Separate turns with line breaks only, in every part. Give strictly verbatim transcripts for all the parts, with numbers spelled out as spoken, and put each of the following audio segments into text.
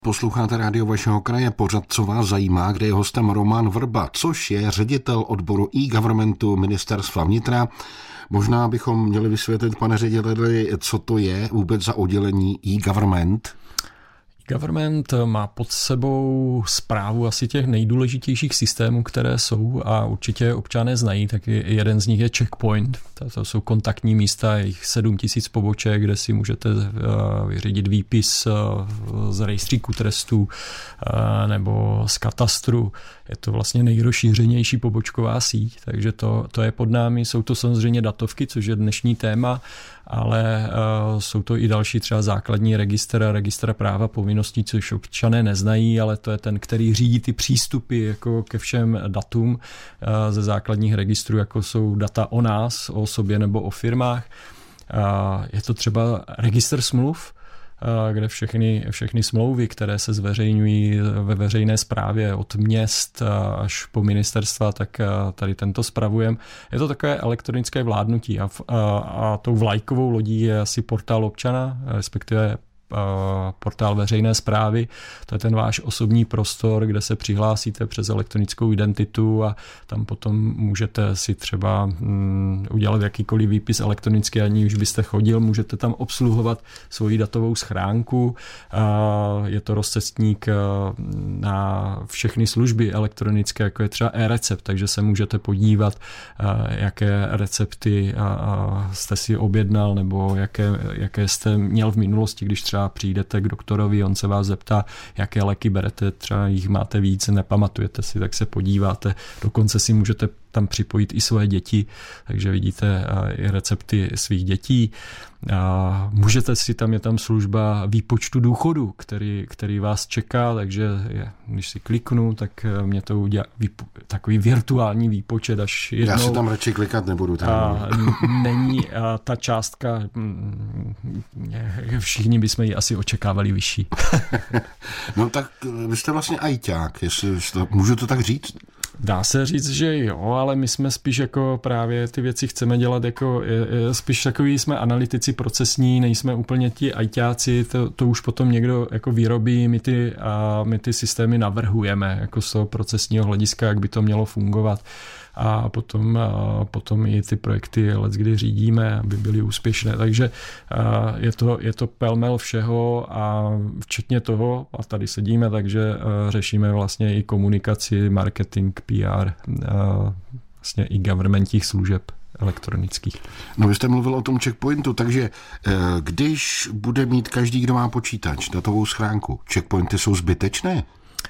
Posloucháte rádio vašeho kraje, pořad Co vás zajímá, kde je hostem Roman Vrba, což je ředitel odboru e-governmentu Ministerstva vnitra. Možná bychom měli vysvětlit, pane řediteli, co to je vůbec za oddělení e-government?
Government má pod sebou správu asi těch nejdůležitějších systémů, které jsou a určitě občané znají, tak jeden z nich je Checkpoint. To jsou kontaktní místa, jich sedm tisíc poboček, kde si můžete vyřídit výpis z rejstříku trestů nebo z katastru. Je to vlastně nejrozšířenější pobočková síť, takže to, to je pod námi. Jsou to samozřejmě datovky, což je dnešní téma, ale uh, jsou to i další třeba základní registr a registr práva povinností, což občané neznají, ale to je ten, který řídí ty přístupy jako ke všem datům uh, ze základních registrů, jako jsou data o nás, o sobě nebo o firmách. Uh, je to třeba registr smluv, kde všechny, všechny smlouvy, které se zveřejňují ve veřejné správě od měst až po ministerstva, tak tady tento spravujeme. Je to takové elektronické vládnutí a, a, a tou vlajkovou lodí je asi portál občana, respektive portál veřejné správy. To je ten váš osobní prostor, kde se přihlásíte přes elektronickou identitu a tam potom můžete si třeba mm, udělat jakýkoliv výpis elektronicky, aniž byste chodil, můžete tam obsluhovat svoji datovou schránku. Je to rozcestník na všechny služby elektronické, jako je třeba e-recept, takže se můžete podívat, jaké recepty jste si objednal nebo jaké, jaké jste měl v minulosti, když třeba přijdete k doktorovi, on se vás zeptá, jaké léky berete, třeba jich máte víc, nepamatujete si, tak se podíváte. Dokonce si můžete tam připojit i svoje děti, takže vidíte i recepty svých dětí. A můžete si, tam je tam služba výpočtu důchodu, který, který vás čeká, takže je, když si kliknu, tak mě to udělá výpo, takový virtuální výpočet až jednou.
Já si tam radši klikat nebudu. Tam.
A není a ta částka, všichni bychom ji asi očekávali vyšší.
No tak vy jste vlastně ajťák, jestli můžu to tak říct?
Dá se říct, že jo, ale my jsme spíš jako právě ty věci chceme dělat jako, je, je, spíš takový jsme analytici procesní, nejsme úplně ti ajťáci, to, to už potom někdo jako vyrobí, my ty, a my ty systémy navrhujeme jako z toho procesního hlediska, jak by to mělo fungovat. A potom, a potom i ty projekty leckdy řídíme, aby byly úspěšné. Takže je to, je to pelmel všeho a včetně toho, a tady sedíme, takže řešíme vlastně i komunikaci, marketing, P R, vlastně i governmentních služeb elektronických.
No vy jste mluvil o tom checkpointu, takže když bude mít každý, kdo má počítač, datovou schránku, checkpointy jsou zbytečné?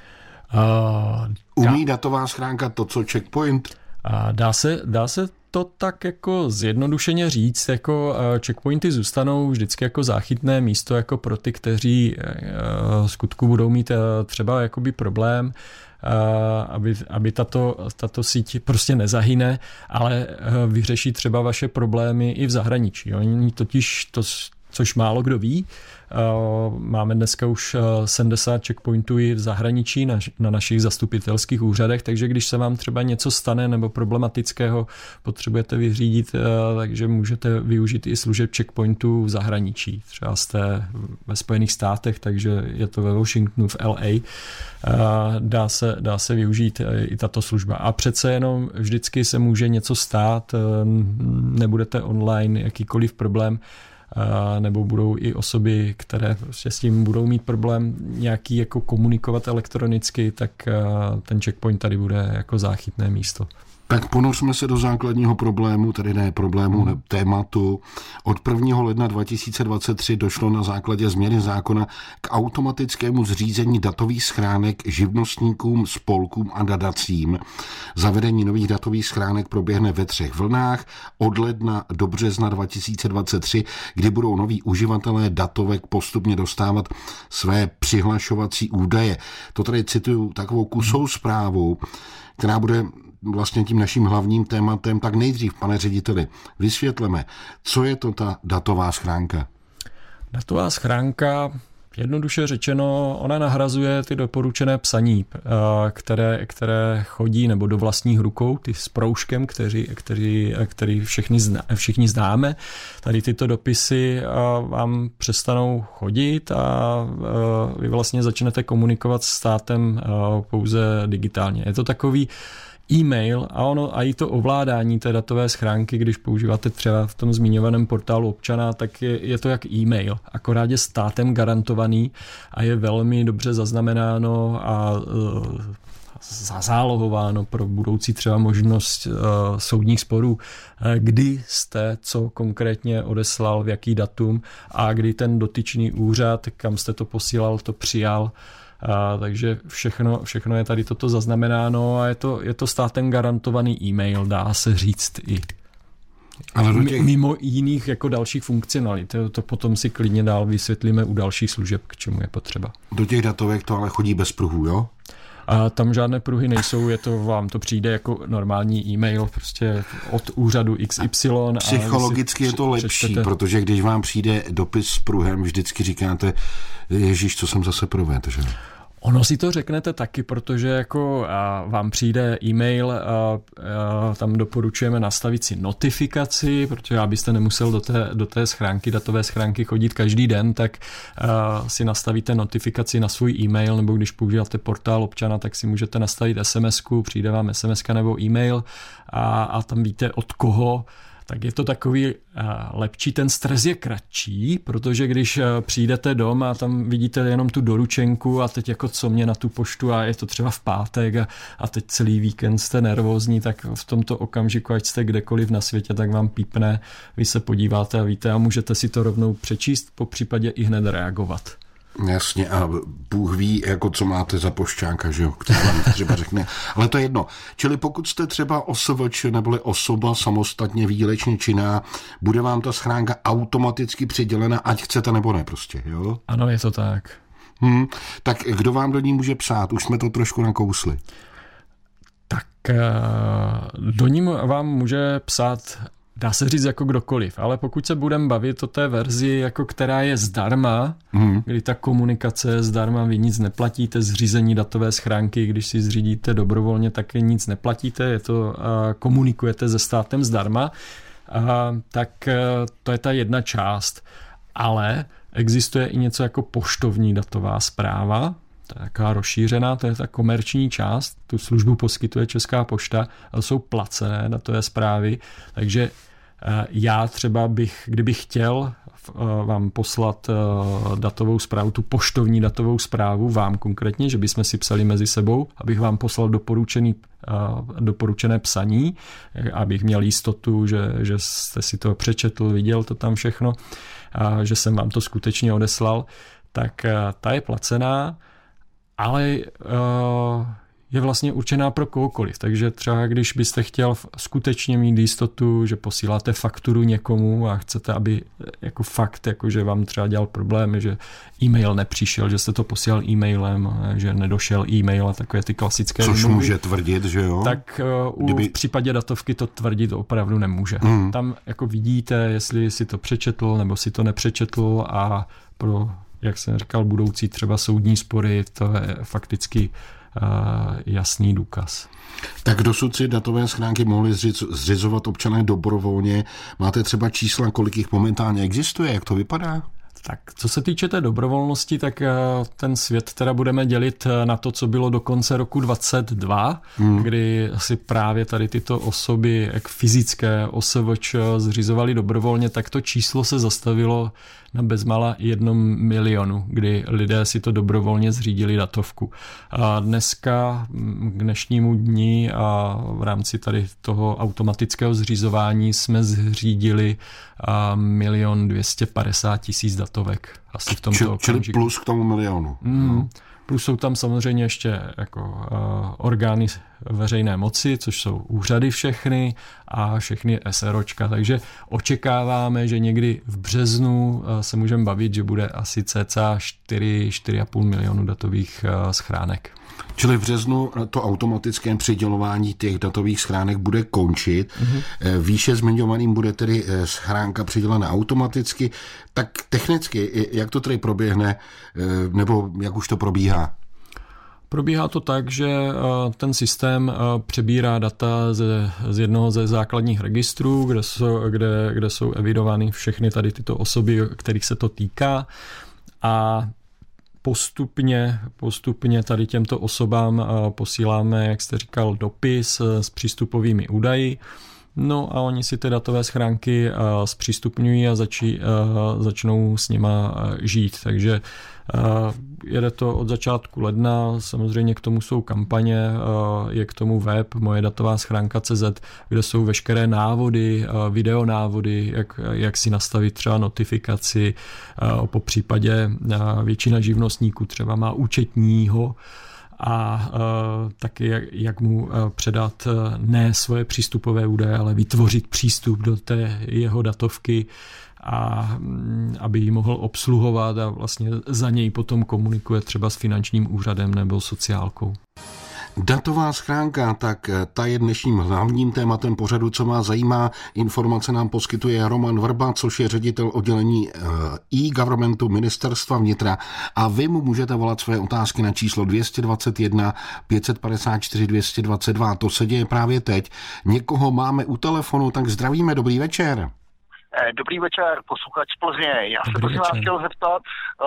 Uh, Umí dá... datová schránka to, co checkpoint?
A dá se, dá se to tak jako zjednodušeně říct, jako checkpointy zůstanou vždycky jako záchytné místo jako pro ty, kteří skutku budou mít třeba jakoby problém, aby, aby tato, tato síť prostě nezahyne, ale vyřeší třeba vaše problémy i v zahraničí. Oni totiž to, což málo kdo ví. Máme dneska už sedmdesát checkpointů i v zahraničí na, na našich zastupitelských úřadech, takže když se vám třeba něco stane nebo problematického potřebujete vyřídit, takže můžete využít i služeb checkpointů v zahraničí. Třeba jste ve Spojených státech, takže je to ve Washingtonu, v L A. Dá se, dá se využít i tato služba. A přece jenom vždycky se může něco stát, nebudete online, jakýkoliv problém, nebo budou i osoby, které prostě s tím budou mít problém nějaký jako komunikovat elektronicky, tak ten checkpoint tady bude jako záchytné místo.
Tak ponořme se do základního problému, tedy ne problému, ne, tématu. Od prvního ledna dva tisíce dvacet tři došlo na základě změny zákona k automatickému zřízení datových schránek živnostníkům, spolkům a nadacím. Zavedení nových datových schránek proběhne ve třech vlnách od ledna do března dva tisíce dvacet tři, kdy budou noví uživatelé datovek postupně dostávat své přihlašovací údaje. To tady cituju takovou kusou zprávu, která bude vlastně tím naším hlavním tématem. Tak nejdřív, pane řediteli, vysvětleme, co je to ta datová schránka.
Datová schránka, Jednoduše řečeno, ona nahrazuje ty doporučené psaní, které, které chodí nebo do vlastních rukou, ty s proužkem, kteří, kteří, který všichni, zná, všichni známe. Tady tyto dopisy vám přestanou chodit a vy vlastně začnete komunikovat s státem pouze digitálně. Je to takový e-mail a ono a i to ovládání té datové schránky, když používáte třeba v tom zmiňovaném portálu občana, tak je, je to jak e-mail, akorát je státem garantovaný a je velmi dobře zaznamenáno a uh, zazálohováno pro budoucí třeba možnost uh, soudních sporů, kdy jste co konkrétně odeslal, v jaký datum a kdy ten dotyčný úřad, kam jste to posílal, to přijal. A, takže všechno, všechno je tady toto zaznamenáno a je to, je to státem garantovaný e-mail, dá se říct i. Ale do těch... Mimo jiných jako dalších funkcionalit. To, to potom si klidně dál vysvětlíme u dalších služeb, k čemu je potřeba.
Do těch datovek to ale chodí bez pruhů, jo?
A tam žádné pruhy nejsou, je to, vám to přijde jako normální e-mail prostě od úřadu X Y.
Psychologicky je to lepší, přečtete. Protože když vám přijde dopis s pruhem, vždycky říkáte, ježiš, co jsem zase provedl, že?
Ono si to řeknete taky, protože jako a, vám přijde e-mail, a, a, tam doporučujeme nastavit si notifikaci, protože abyste nemusel do té, do té schránky, datové schránky chodit každý den, tak a, si nastavíte notifikaci na svůj e-mail, nebo když používáte portál občana, tak si můžete nastavit es em esku, přijde vám es em eska nebo e-mail a, a tam víte od koho. Tak je to takový uh, lepší, ten stres je kratší, protože když uh, přijdete dom a tam vidíte jenom tu doručenku a teď jako co mě na tu poštu a je to třeba v pátek a, a teď celý víkend jste nervózní, tak v tomto okamžiku, ať jste kdekoliv na světě, tak vám pípne, vy se podíváte a víte a můžete si to rovnou přečíst, po případě i hned reagovat.
Jasně, a Bůh ví, jako co máte za pošťánka, že jo, který vám třeba řekne. Ale to je jedno. Čili pokud jste třeba O S V Č neboli osoba samostatně výdělečně činná, bude vám ta schránka automaticky přidělena, ať chcete nebo ne prostě, jo?
Ano, je to tak.
Hmm, tak kdo vám do ní může psát? Už jsme to trošku nakousli.
Tak do ní vám může psát, dá se říct jako kdokoliv, ale pokud se budeme bavit o té verzi, jako která je zdarma, hmm. kdy ta komunikace je zdarma, vy nic neplatíte, zřízení datové schránky, když si zřídíte dobrovolně, tak nic neplatíte, je to, komunikujete se státem zdarma, tak to je ta jedna část. Ale existuje i něco jako poštovní datová správa, to je taková rozšířená, to je ta komerční část, tu službu poskytuje Česká pošta, ale jsou placené datové zprávy, takže já třeba bych, kdybych chtěl vám poslat datovou zprávu, tu poštovní datovou zprávu, vám konkrétně, že bychom si psali mezi sebou, abych vám poslal doporučený, doporučené psaní, abych měl jistotu, že, že jste si to přečetl, viděl to tam všechno, a že jsem vám to skutečně odeslal, tak ta je placená, ale uh, je vlastně určená pro kohokoliv. Takže třeba když byste chtěl skutečně mít jistotu, že posíláte fakturu někomu a chcete, aby jako fakt, jako že vám třeba dělal problémy, že e-mail nepřišel, že jste to posílal e-mailem, že nedošel e-mail a takové ty klasické
Což
domluvy,
může tvrdit, že jo?
Tak uh, Kdyby... v případě datovky to tvrdit opravdu nemůže. Mm. Tam jako vidíte, jestli si to přečetl nebo si to nepřečetl a pro, jak jsem říkal, budoucí třeba soudní spory, to je fakticky uh, jasný důkaz.
Tak dosud si datové schránky mohli zřizovat občané dobrovolně. Máte třeba čísla, kolik jich momentálně existuje? Jak to vypadá?
Tak co se týče té dobrovolnosti, tak ten svět teda budeme dělit na to, co bylo do konce roku dvacet dva, hmm. kdy asi právě tady tyto osoby, jak fyzické O S V Č, zřizovaly dobrovolně, tak to číslo se zastavilo na bezmála jednom milionu, kdy lidé si to dobrovolně zřídili datovku. A dneska k dnešnímu dni a v rámci tady toho automatického zřizování jsme zřídili milion dvěstě padesát tisíc datovek. Asi v tomto
Č-
okamžiku.
Čili plus k tomu milionu.
Mm. No. Plus jsou tam samozřejmě ještě jako uh, orgány veřejné moci, což jsou úřady všechny a všechny SROčka. Takže očekáváme, že někdy v březnu uh, se můžeme bavit, že bude asi cca čtyři, čtyři a půl milionu datových uh, schránek.
Čili v březnu to automatické přidělování těch datových schránek bude končit. Mm-hmm. Výše zmiňovaným bude tedy schránka přidělena automaticky. Tak technicky, jak to tedy proběhne, nebo jak už to probíhá?
Probíhá to tak, že ten systém přebírá data ze, z jednoho ze základních registrů, kde jsou, kde, kde jsou evidovány všechny tady tyto osoby, kterých se to týká, a postupně, postupně tady těmto osobám posíláme, jak jste říkal, dopis s přístupovými údaji. No a oni si ty datové schránky zpřístupňují a začí, začnou s nima žít. Takže jede to od začátku ledna, samozřejmě k tomu jsou kampaně, je k tomu web moje datová schránka tečka cé zet, kde jsou veškeré návody, videonávody, jak, jak si nastavit třeba notifikaci, po případě většina živnostníků třeba má účetního, a uh, taky jak, jak mu uh, předat uh, ne svoje přístupové údaje, ale vytvořit přístup do té jeho datovky, a um, aby ji mohl obsluhovat a vlastně za něj potom komunikuje třeba s finančním úřadem nebo sociálkou.
Datová schránka, tak ta je dnešním hlavním tématem pořadu, co má zajímá. Informace nám poskytuje Roman Vrba, což je ředitel oddělení e-governmentu Ministerstva vnitra, a vy mu můžete volat své otázky na číslo dvě stě dvacet jedna pět set padesát čtyři dvě stě dvacet dva. To se děje právě teď. Někoho máme u telefonu, tak zdravíme, dobrý večer.
Dobrý večer, posluchač z Plzně. Já se prosím vás chtěl zeptat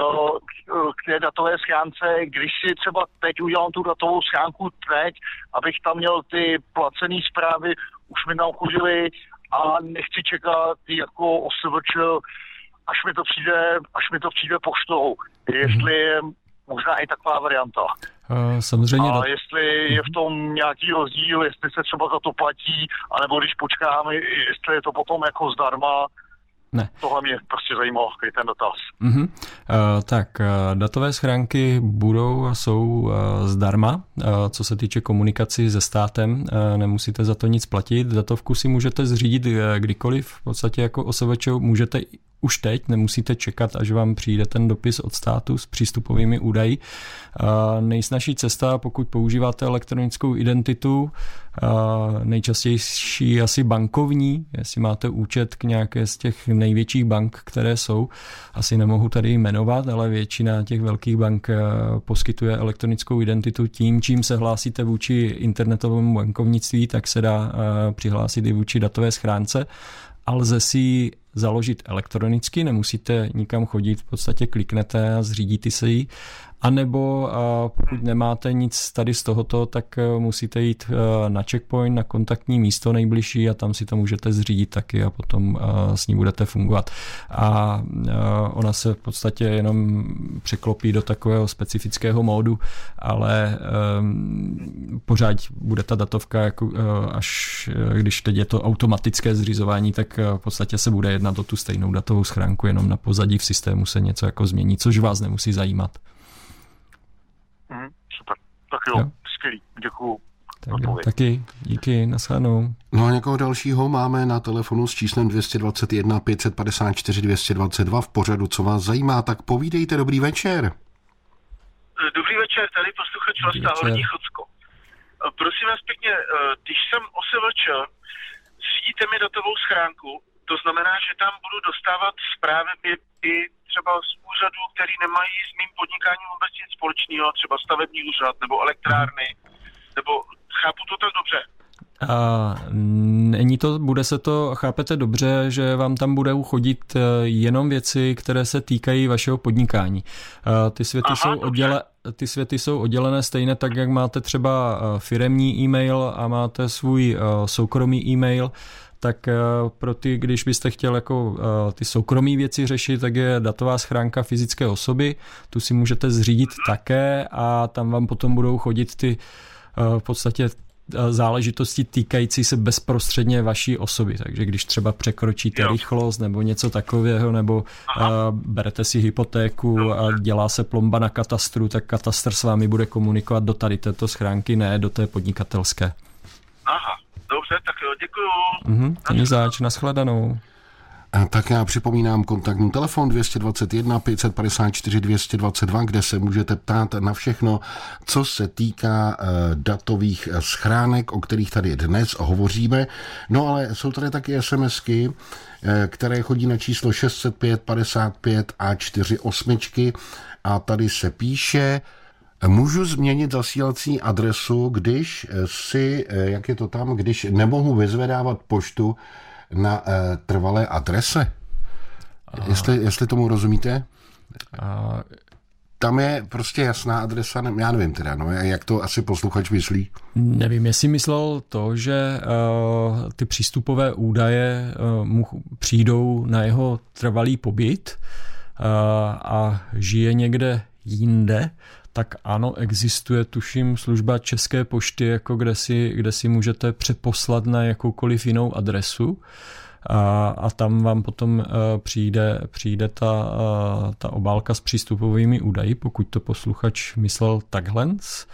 k té datové schránce, když si třeba teď udělám tu datovou schránku teď, abych tam měl ty placené zprávy, už mi tam chodily a nechci čekat jako O S V Č, až mi to přijde, až mi to přijde poštou. Jestli je možná i taková varianta.
Uh, samozřejmě.
A jestli je v tom nějaký rozdíl, jestli se třeba za to platí, anebo když počkám, jestli je to potom jako zdarma.
Ne.
Tohle mě prostě zajímalo, jaký ten dotaz.
Uh-huh. Uh, tak, uh, datové schránky budou a jsou uh, zdarma, uh, co se týče komunikaci se státem, uh, nemusíte za to nic platit. Datovku si můžete zřídit uh, kdykoliv, v podstatě jako O S V Č můžete už teď, nemusíte čekat, až vám přijde ten dopis od státu s přístupovými údaji. Uh, nejsnažší cesta, pokud používáte elektronickou identitu, uh, nejčastější asi bankovní, jestli máte účet k nějaké z těch největších bank, které jsou, asi nemohu tady jmenovat, ale většina těch velkých bank poskytuje elektronickou identitu tím, čím se hlásíte vůči internetovému bankovnictví, tak se dá přihlásit i vůči datové schránce, a lze si ji založit elektronicky, nemusíte nikam chodit, v podstatě kliknete a zřídíte si ji. A nebo pokud nemáte nic tady z tohoto, tak musíte jít na checkpoint, na kontaktní místo nejbližší, a tam si to můžete zřídit taky a potom s ní budete fungovat. A ona se v podstatě jenom překlopí do takového specifického módu, ale pořád bude ta datovka, jako až když teď je to automatické zřizování, tak v podstatě se bude jednat o tu stejnou datovou schránku, jenom na pozadí v systému se něco jako změní, což vás nemusí zajímat.
Mm, super. Tak jo, jo. Skvělý. Děkuju.
Tak jo, taky. Díky, nashledanou.
No a někoho dalšího máme na telefonu s číslem dvě stě dvacet jedna pět set padesát čtyři dvě stě dvacet dva v pořadu, co vás zajímá, tak povídejte, dobrý večer.
Dobrý večer, tady posluchač Vlasta Horní Chocko. Prosím vás pěkně, když jsem O S V Č, zřídíte mi datovou schránku, to znamená, že tam budu dostávat zprávy i třeba z úřadů, který nemají s mým podnikáním vůbec nic společného, třeba stavební úřad nebo elektrárny, nebo chápu to tak dobře?
A není to, bude se to, chápete dobře, že vám tam budou chodit jenom věci, které se týkají vašeho podnikání. Ty světy, Aha, jsou, odděle, ty světy jsou oddělené stejně tak, jak máte třeba firemní e-mail a máte svůj soukromý e-mail, tak pro ty, když byste chtěl jako ty soukromí věci řešit, tak je datová schránka fyzické osoby, tu si můžete zřídit také a tam vám potom budou chodit ty v podstatě záležitosti týkající se bezprostředně vaší osoby. Takže když třeba překročíte jo. rychlost nebo něco takového, nebo Aha. berete si hypotéku a dělá se plomba na katastru, tak katastr s vámi bude komunikovat do tady této schránky, ne do té podnikatelské.
Aha, dobře, tak jo, děkuju.
Mhm, není zač, nashledanou.
Tak já připomínám kontaktní telefon dvě stě dvacet jedna pět set padesát čtyři dvě stě dvacet dva, kde se můžete ptát na všechno, co se týká datových schránek, o kterých tady dnes hovoříme. No ale jsou tady taky SMSky, které chodí na číslo šest set pět padesát pět a čtyři osmičky a tady se píše: můžu změnit zasílací adresu, když si, jak je to tam, když nemohu vyzvedávat poštu na uh, trvalé adrese? A... Jestli, jestli tomu rozumíte? A... Tam je prostě jasná adresa, ne, já nevím teda, no, jak to asi posluchač myslí?
Nevím, jestli myslel to, že uh, ty přístupové údaje uh, mu přijdou na jeho trvalý pobyt uh, a žije někde jinde, tak ano, existuje, tuším, služba České pošty, jako kde si, kde si můžete přeposlat na jakoukoliv jinou adresu a, a tam vám potom uh, přijde, přijde ta, uh, ta obálka s přístupovými údaji, pokud to posluchač myslel takhle.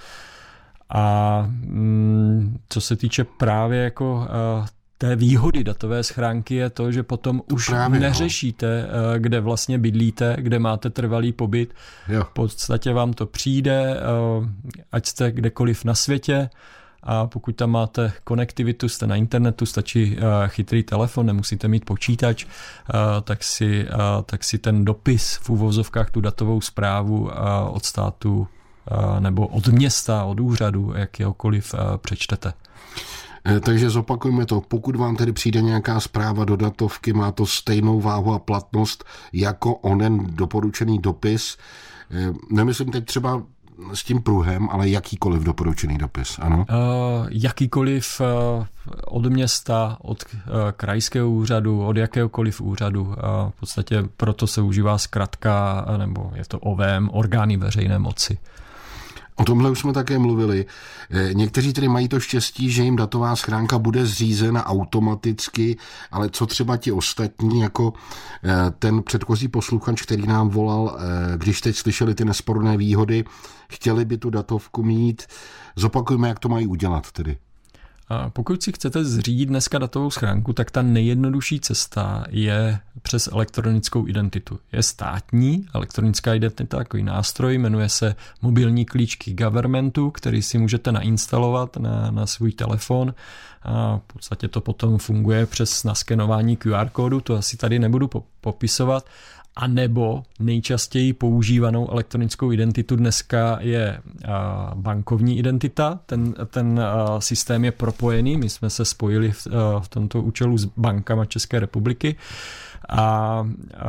A mm, co se týče právě jako uh, té výhody datové schránky je to, že potom už právě, neřešíte, no. kde vlastně bydlíte, kde máte trvalý pobyt. Jo. V podstatě vám to přijde, ať jste kdekoliv na světě, a pokud tam máte konektivitu, jste na internetu, stačí chytrý telefon, nemusíte mít počítač, tak si, tak si ten dopis v uvozovkách, tu datovou zprávu od státu nebo od města, od úřadu, jakéhokoliv přečtete.
Takže zopakujme to, pokud vám tedy přijde nějaká zpráva do datovky, má to stejnou váhu a platnost jako onen doporučený dopis. Nemyslím teď třeba s tím pruhem, ale jakýkoliv doporučený dopis, ano?
Uh, jakýkoliv uh, od města, od uh, krajského úřadu, od jakéhokoliv úřadu. Uh, v podstatě proto se užívá zkratka, nebo je to O V M, orgány veřejné moci.
O tomhle už jsme také mluvili. Někteří tedy mají to štěstí, že jim datová schránka bude zřízena automaticky, ale co třeba ti ostatní, jako ten předchozí posluchač, který nám volal, když teď slyšeli ty nesporné výhody, chtěli by tu datovku mít. Zopakujme, jak to mají udělat tedy.
A pokud si chcete zřídit dneska datovou schránku, tak ta nejjednodušší cesta je přes elektronickou identitu. Je státní elektronická identita, takový nástroj, jmenuje se mobilní klíčky governmentu, který si můžete nainstalovat na, na svůj telefon. A v podstatě to potom funguje přes naskenování Q R kódu, to asi tady nebudu popisovat. A nebo nejčastěji používanou elektronickou identitu dneska je bankovní identita. Ten, ten systém je propojený, my jsme se spojili v, v tomto účelu s bankama České republiky a, a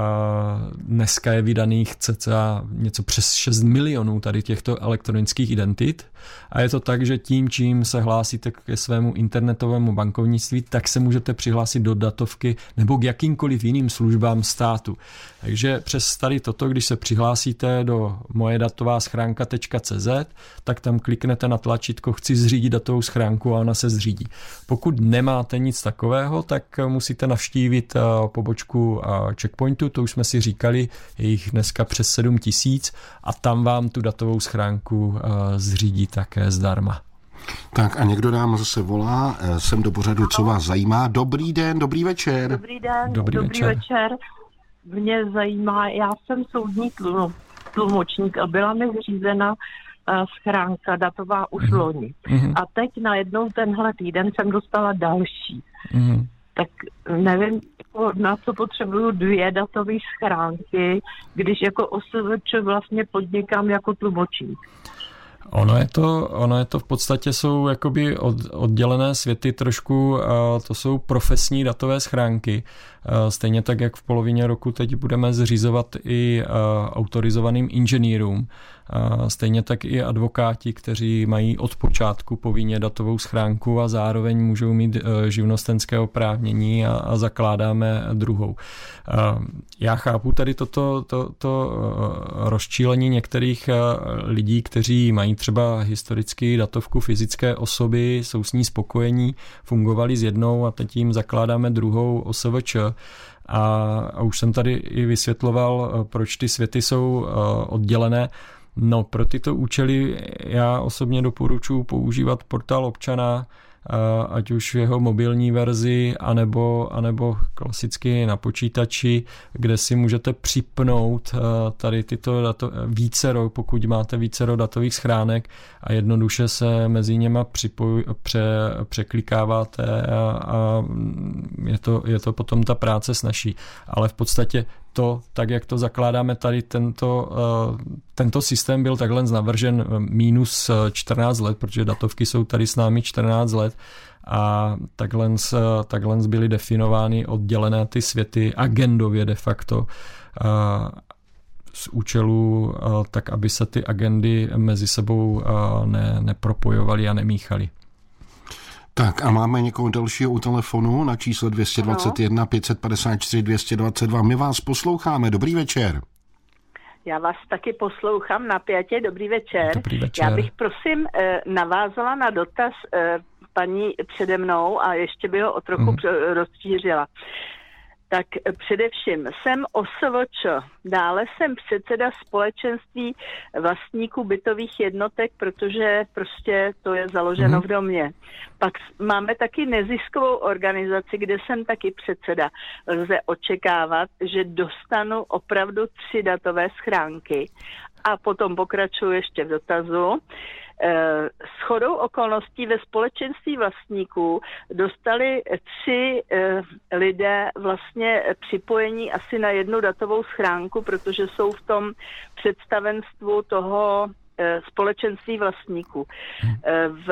dneska je vydaných cca něco přes šest milionů tady těchto elektronických identit a je to tak, že tím, čím se hlásíte ke svému internetovému bankovnictví, tak se můžete přihlásit do datovky nebo k jakýmkoliv jiným službám státu. Takže přes tady toto, když se přihlásíte do moje datová schránka tečka cé zet, tak tam kliknete na tlačítko chci zřídit datovou schránku a ona se zřídí. Pokud nemáte nic takového, tak musíte navštívit pobočku Checkpointu, to už jsme si říkali, je jich dneska přes sedm tisíc a tam vám tu datovou schránku zřídí také zdarma.
Tak a někdo nám zase volá sem do pořadu, co vás zajímá. Dobrý den, dobrý večer.
Dobrý den,
dobrý,
dobrý
večer.
večer. Mě zajímá, já jsem soudní tlum, tlumočník a byla mi zřízena uh, schránka datová už mm-hmm. loni. Mm-hmm. A teď najednou tenhle týden jsem dostala další. Mm-hmm. Tak nevím, na co potřebuju dvě datové schránky, když jako O S V Č vlastně podnikám jako tlumočník.
Ono je to, ono je to v podstatě jsou jakoby od, oddělené světy trošku, to jsou profesní datové schránky. Stejně tak, jak v polovině roku teď budeme zřizovat i autorizovaným inženýrům. Stejně tak i advokáti, kteří mají od počátku povinně datovou schránku a zároveň můžou mít živnostenské oprávnění a, a zakládáme druhou. Já chápu tady toto to, to rozčílení některých lidí, kteří mají třeba historicky datovku fyzické osoby, jsou s ní spokojení, fungovali s jednou a teď jim zakládáme druhou O S V Č. A, a už jsem tady i vysvětloval, proč ty světy jsou oddělené. No, pro tyto účely já osobně doporučuji používat portál občana, ať už v jeho mobilní verzi, anebo, anebo klasicky na počítači, kde si můžete připnout tady tyto dato, vícero, pokud máte vícero datových schránek a jednoduše se mezi něma připoj, pře, překlikáváte a, a je, to, je to potom ta práce snazší. Ale v podstatě to, tak jak to zakládáme tady, tento, tento systém byl takhle navržen minus čtrnáct let, protože datovky jsou tady s námi čtrnáct let a takhle, takhle byly definovány oddělené ty světy agendově de facto z účelu tak, aby se ty agendy mezi sebou ne, nepropojovaly a nemíchaly.
Tak a máme někoho dalšího u telefonu na číslo dvě dvacet jedna pět set padesát čtyři dvě stě dvacet dva. My vás posloucháme. Dobrý večer.
Já vás taky poslouchám napjatě. Dobrý večer.
Dobrý večer.
Já bych prosím navázala na dotaz paní přede mnou a ještě by ho o trochu mm. rozšířila. Tak především jsem O S V Č, dále jsem předseda společenství vlastníků bytových jednotek, protože prostě to je založeno mm. v domě. Pak máme taky neziskovou organizaci, kde jsem taky předseda. Lze očekávat, že dostanu opravdu tři datové schránky. A potom pokračuji ještě v dotazu. Shodou okolností ve společenství vlastníků dostali tři lidé vlastně připojení asi na jednu datovou schránku, protože jsou v tom představenstvu toho společenství vlastníků. V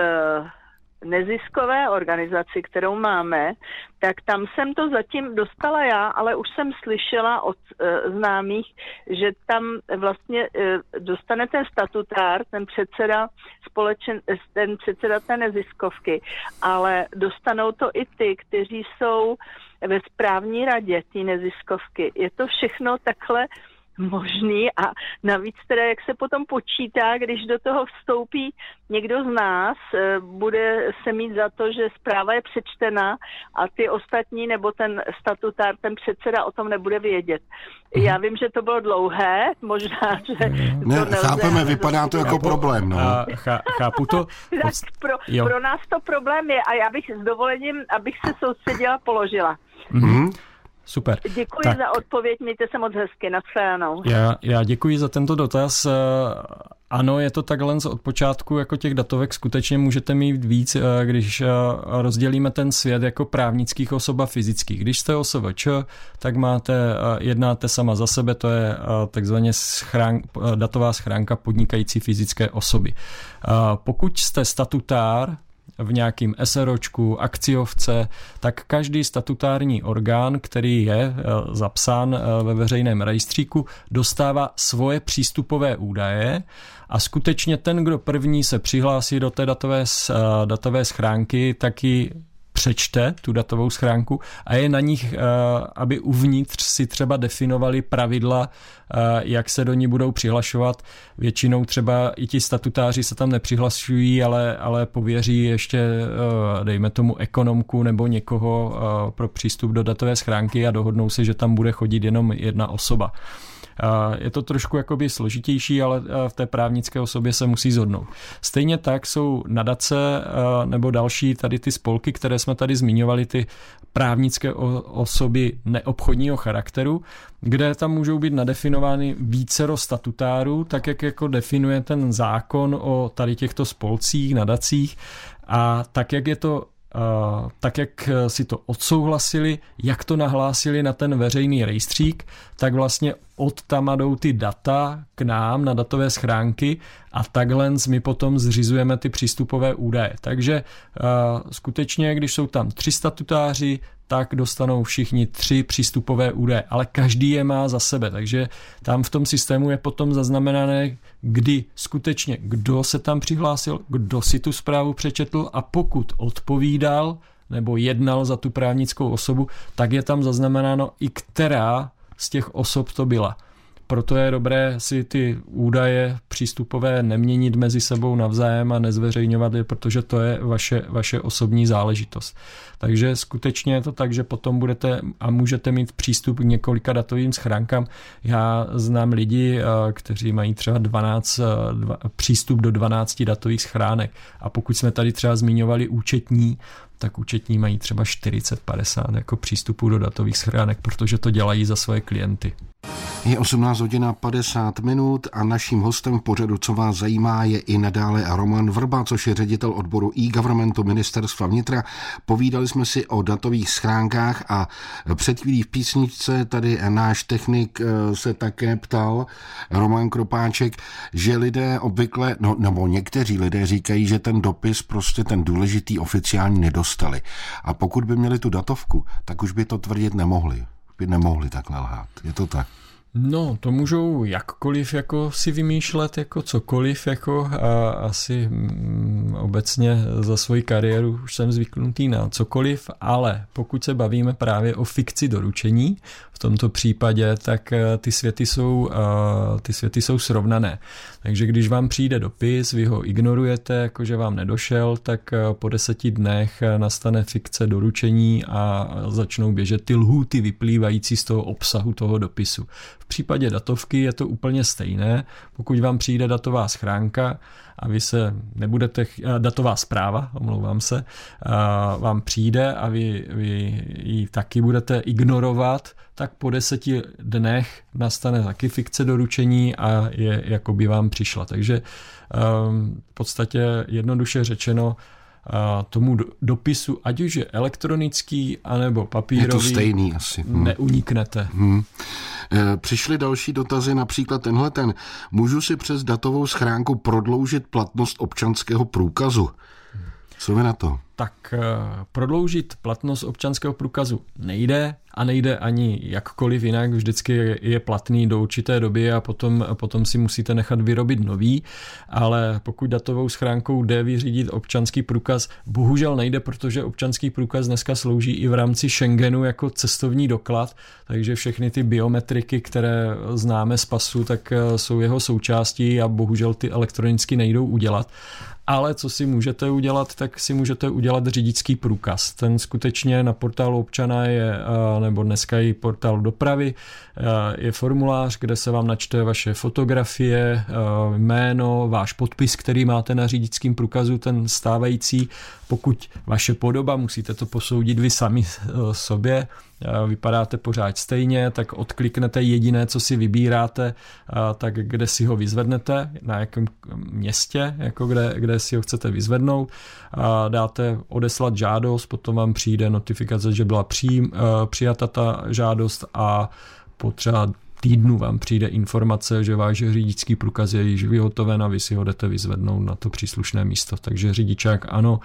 neziskové organizaci, kterou máme, tak tam jsem to zatím dostala já, ale už jsem slyšela od e, známých, že tam vlastně e, dostane ten statutár, ten předseda společen, ten předseda té neziskovky, ale dostanou to i ty, kteří jsou ve správní radě té neziskovky. Je to všechno takhle možný a navíc teda, jak se potom počítá, když do toho vstoupí někdo z nás, bude se mít za to, že zpráva je přečtena a ty ostatní nebo ten statutár, ten předseda o tom nebude vědět. Já vím, že to bylo dlouhé, možná, že
ne, to nelze, chápeme, vypadá to jako problém. No.
A, chá, chápu to.
Tak pro, pro nás to problém je a já bych s dovolením, abych se soustředila, položila.
Mm-hmm. Super.
Děkuji tak. za odpověď, mějte se moc hezky, nashledanou.
Já, já děkuji za tento dotaz. Ano, je to takhle od počátku, jako těch datovek skutečně můžete mít víc, když rozdělíme ten svět jako právnických osob a fyzických. Když jste O S V Č, tak máte, jednáte sama za sebe, to je takzvaně schrán, datová schránka podnikající fyzické osoby. Pokud jste statutár, v nějakým SROčku, akciovce, tak každý statutární orgán, který je zapsán ve veřejném rejstříku, dostává svoje přístupové údaje a skutečně ten, kdo první se přihlásí do té datové, datové schránky, taky přečte tu datovou schránku a je na nich, aby uvnitř si třeba definovali pravidla, jak se do ní budou přihlašovat. Většinou třeba i ti statutáři se tam nepřihlašují, ale, ale pověří ještě, dejme tomu, ekonomku nebo někoho pro přístup do datové schránky a dohodnou se, že tam bude chodit jenom jedna osoba. Je to trošku jakoby složitější, ale v té právnické osobě se musí shodnout. Stejně tak jsou nadace nebo další tady ty spolky, které jsme tady zmiňovali, ty právnické osoby neobchodního charakteru, kde tam můžou být nadefinovány vícero statutárů, tak jak jako definuje ten zákon o tady těchto spolcích, nadacích a tak jak je to Uh, tak jak si to odsouhlasili, jak to nahlásili na ten veřejný rejstřík, tak vlastně od tam jdou ty data k nám na datové schránky a takhle my potom zřizujeme ty přístupové údaje. Takže uh, skutečně, když jsou tam tři statutáři, tak dostanou všichni tři přístupové údaje, ale každý je má za sebe, takže tam v tom systému je potom zaznamenané, kdy skutečně, kdo se tam přihlásil, kdo si tu zprávu přečetl a pokud odpovídal nebo jednal za tu právnickou osobu, tak je tam zaznamenáno i která z těch osob to byla. proto je dobré si ty údaje přístupové neměnit mezi sebou navzájem a nezveřejňovat je, protože to je vaše, vaše osobní záležitost. Takže skutečně je to tak, že potom budete a můžete mít přístup k několika datovým schránkám. Já znám lidi, kteří mají třeba dvanáct, dva, přístup do dvanácti datových schránek. A pokud jsme tady třeba zmiňovali účetní, tak účetní mají třeba čtyřicet padesát jako přístupů do datových schránek, protože to dělají za svoje klienty.
Je osmnáct hodin a padesát minut a naším hostem v pořadu Co vás zajímá je i nadále Roman Vrba, což je ředitel odboru e-governmentu Ministerstva vnitra. Povídali jsme si o datových schránkách a před chvílí v písničce tady náš technik se také ptal, Roman Kropáček, že lidé obvykle, no, nebo někteří lidé říkají, že ten dopis prostě ten důležitý oficiální nedostali. A pokud by měli tu datovku, tak už by to tvrdit nemohli. By nemohli takhle lhát. Je to tak?
No, to můžou jakkoliv jako si vymýšlet, jako cokoliv, jako a asi mm, obecně za svoji kariéru už jsem zvyknutý na cokoliv, ale pokud se bavíme právě o fikci doručení, v tomto případě, tak ty světy jsou, ty světy jsou srovnané. Takže když vám přijde dopis, vy ho ignorujete, jakože vám nedošel, tak po deseti dnech nastane fikce doručení a začnou běžet ty lhůty vyplývající z toho obsahu toho dopisu. V případě datovky je to úplně stejné. Pokud vám přijde datová schránka a vy se nebudete, datová zpráva, omlouvám se, vám přijde a vy, vy ji taky budete ignorovat, tak po deseti dnech nastane taky fikce doručení a je, jako by vám přišla. Takže v podstatě jednoduše řečeno, tomu dopisu, ať už je elektronický, anebo papírový,
je to stejný asi.
Hmm. Neuniknete.
Hmm. Přišly další dotazy, například tenhle ten. Můžu si přes datovou schránku prodloužit platnost občanského průkazu? Co vy na to?
Tak prodloužit platnost občanského průkazu nejde a nejde ani jakkoliv jinak, vždycky je platný do určité doby a potom, potom si musíte nechat vyrobit nový, ale pokud datovou schránkou jde vyřídit občanský průkaz, bohužel nejde, protože občanský průkaz dneska slouží i v rámci Schengenu jako cestovní doklad, takže všechny ty biometriky, které známe z pasu, tak jsou jeho součástí a bohužel ty elektronicky nejdou udělat. Ale co si můžete udělat, tak si můžete udělat řidičský průkaz. Ten skutečně na portálu občana je, nebo dneska i portál dopravy, je formulář, kde se vám načte vaše fotografie, jméno, váš podpis, který máte na řidičském průkazu, ten stávající. Pokud vaše podoba, musíte to posoudit vy sami sobě, vypadáte pořád stejně, tak odkliknete jediné, co si vybíráte, tak kde si ho vyzvednete, na jakém městě, jako kde, kde si ho chcete vyzvednout, dáte odeslat žádost, potom vám přijde notifikace, že byla přijím, přijata ta žádost a po třeba týdnu vám přijde informace, že váš řidičský průkaz je již vyhotoven a vy si ho jdete vyzvednout na to příslušné místo. Takže řidičák ano,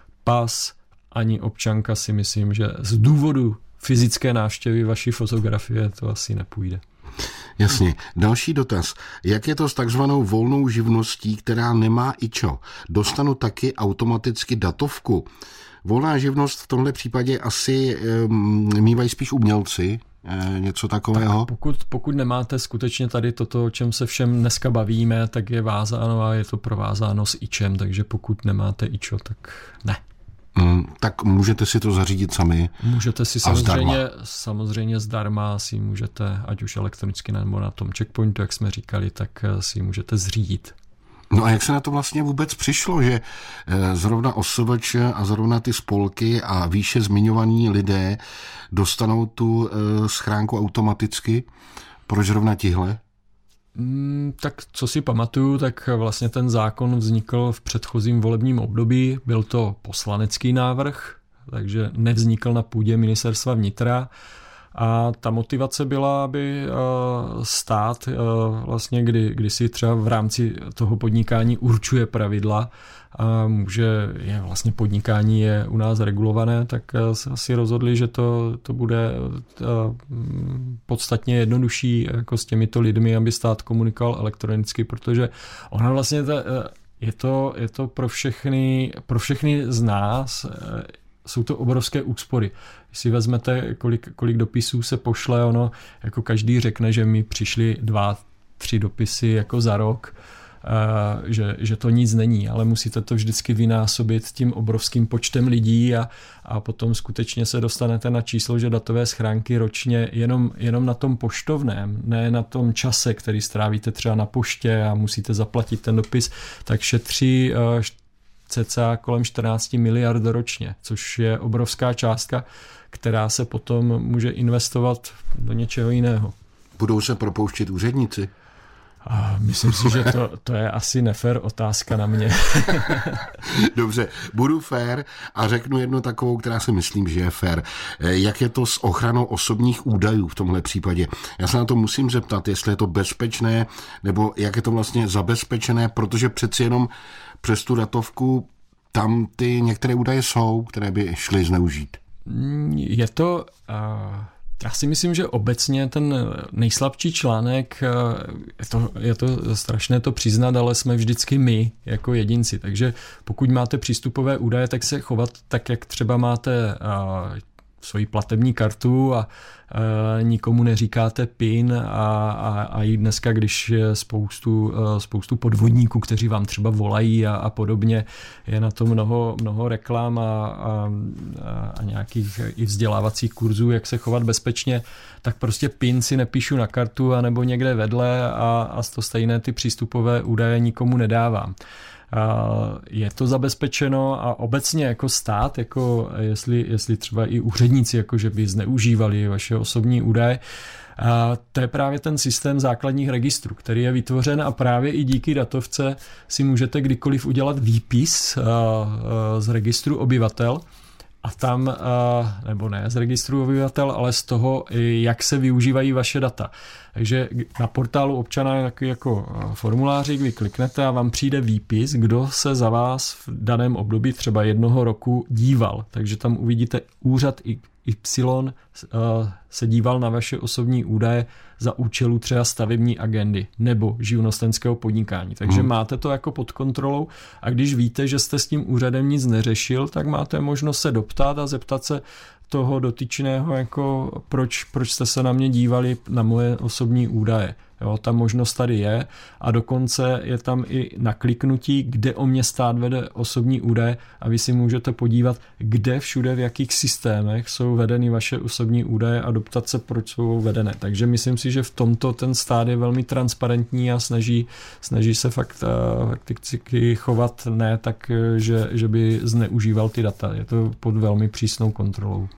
pas ani občanka si myslím, že z důvodu fyzické návštěvy vaší fotografie to asi nepůjde.
Jasně. Další dotaz. Jak je to s takzvanou volnou živností, která nemá ičo? Dostanu taky automaticky datovku. Volná živnost v tomhle případě asi um, mývají spíš umělci, e, něco takového.
Tak pokud, pokud nemáte skutečně tady toto, o čem se všem dneska bavíme, tak je vázáno a je to provázáno s ičem, takže pokud nemáte ičo, tak ne.
Mm, tak můžete si to zařídit sami.
Můžete si samozřejmě zdarma. samozřejmě zdarma si můžete, ať už elektronicky nebo na tom checkpointu, jak jsme říkali, tak si můžete zřídit.
No a jak se na to vlastně vůbec přišlo, že zrovna O S V Č a zrovna ty spolky a výše zmiňovaní lidé dostanou tu schránku automaticky? Proč zrovna tihle?
Tak co si pamatuju, tak vlastně ten zákon vznikl v předchozím volebním období, byl to poslanecký návrh, takže nevznikl na půdě Ministerstva vnitra a ta motivace byla, aby stát vlastně, kdy, kdy si třeba v rámci toho podnikání určuje pravidla a může, je vlastně podnikání je u nás regulované, tak se asi rozhodli, že to, to bude podstatně jednodušší jako s těmito lidmi, aby stát komunikoval elektronicky, protože ona vlastně ta, je to, je to pro všechny, pro všechny z nás jsou to obrovské úspory. Když si vezmete, kolik, kolik dopisů se pošle, ono, jako každý řekne, že mi přišly dva, tři dopisy jako za rok, Že, že to nic není, ale musíte to vždycky vynásobit tím obrovským počtem lidí a, a potom skutečně se dostanete na číslo, že datové schránky ročně jenom, jenom na tom poštovném, ne na tom čase, který strávíte třeba na poště a musíte zaplatit ten dopis, tak šetří cca kolem čtrnáct miliard ročně, což je obrovská částka, která se potom může investovat do něčeho jiného.
Budou se propouštět úředníci?
A myslím si, že to, to je asi nefér otázka na mě.
Dobře, budu fér a řeknu jednu takovou, která si myslím, že je fér. Jak je to s ochranou osobních údajů v tomhle případě? Já se na to musím zeptat, jestli je to bezpečné, nebo jak je to vlastně zabezpečené, protože přeci jenom přes tu datovku tam ty některé údaje jsou, které by šly zneužít.
Je to... Uh... Já si myslím, že obecně ten nejslabší článek, je to, je to strašné to přiznat, ale jsme vždycky my jako jedinci. Takže pokud máte přístupové údaje, tak se chovat tak, jak třeba máte svoji platební kartu a e, nikomu neříkáte PIN a, a, a i dneska, když je spoustu, e, spoustu podvodníků, kteří vám třeba volají a, a podobně, je na to mnoho, mnoho reklam a, a, a nějakých i vzdělávacích kurzů, jak se chovat bezpečně, tak prostě PIN si nepíšu na kartu anebo někde vedle a, a to stejné ty přístupové údaje nikomu nedávám. Je to zabezpečeno a obecně jako stát, jako jestli, jestli třeba i úředníci, jako že by zneužívali vaše osobní údaje, a to je právě ten systém základních registrů, který je vytvořen a právě i díky datovce si můžete kdykoliv udělat výpis z registru obyvatel a tam, nebo ne z registru obyvatel, ale z toho, jak se využívají vaše data. Takže na portálu občana je takový jako formulářik, vy kliknete a vám přijde výpis, kdo se za vás v daném období třeba jednoho roku díval. Takže tam uvidíte úřad Y se díval na vaše osobní údaje za účelu třeba stavební agendy nebo živnostenského podnikání. Takže hmm. máte to jako pod kontrolou a když víte, že jste s tím úřadem nic neřešil, tak máte možnost se doptat a zeptat se toho dotyčného, jako proč, proč jste se na mě dívali na moje osobní údaje. Jo, ta možnost tady je a dokonce je tam i nakliknutí, kde o mě stát vede osobní údaje a vy si můžete podívat, kde všude, v jakých systémech jsou vedeny vaše osobní údaje a doptat se, proč jsou vedené. Takže myslím si, že v tomto ten stát je velmi transparentní a snaží, snaží se fakt fakticky chovat ne tak, že, že by zneužíval ty data. Je to pod velmi přísnou kontrolou.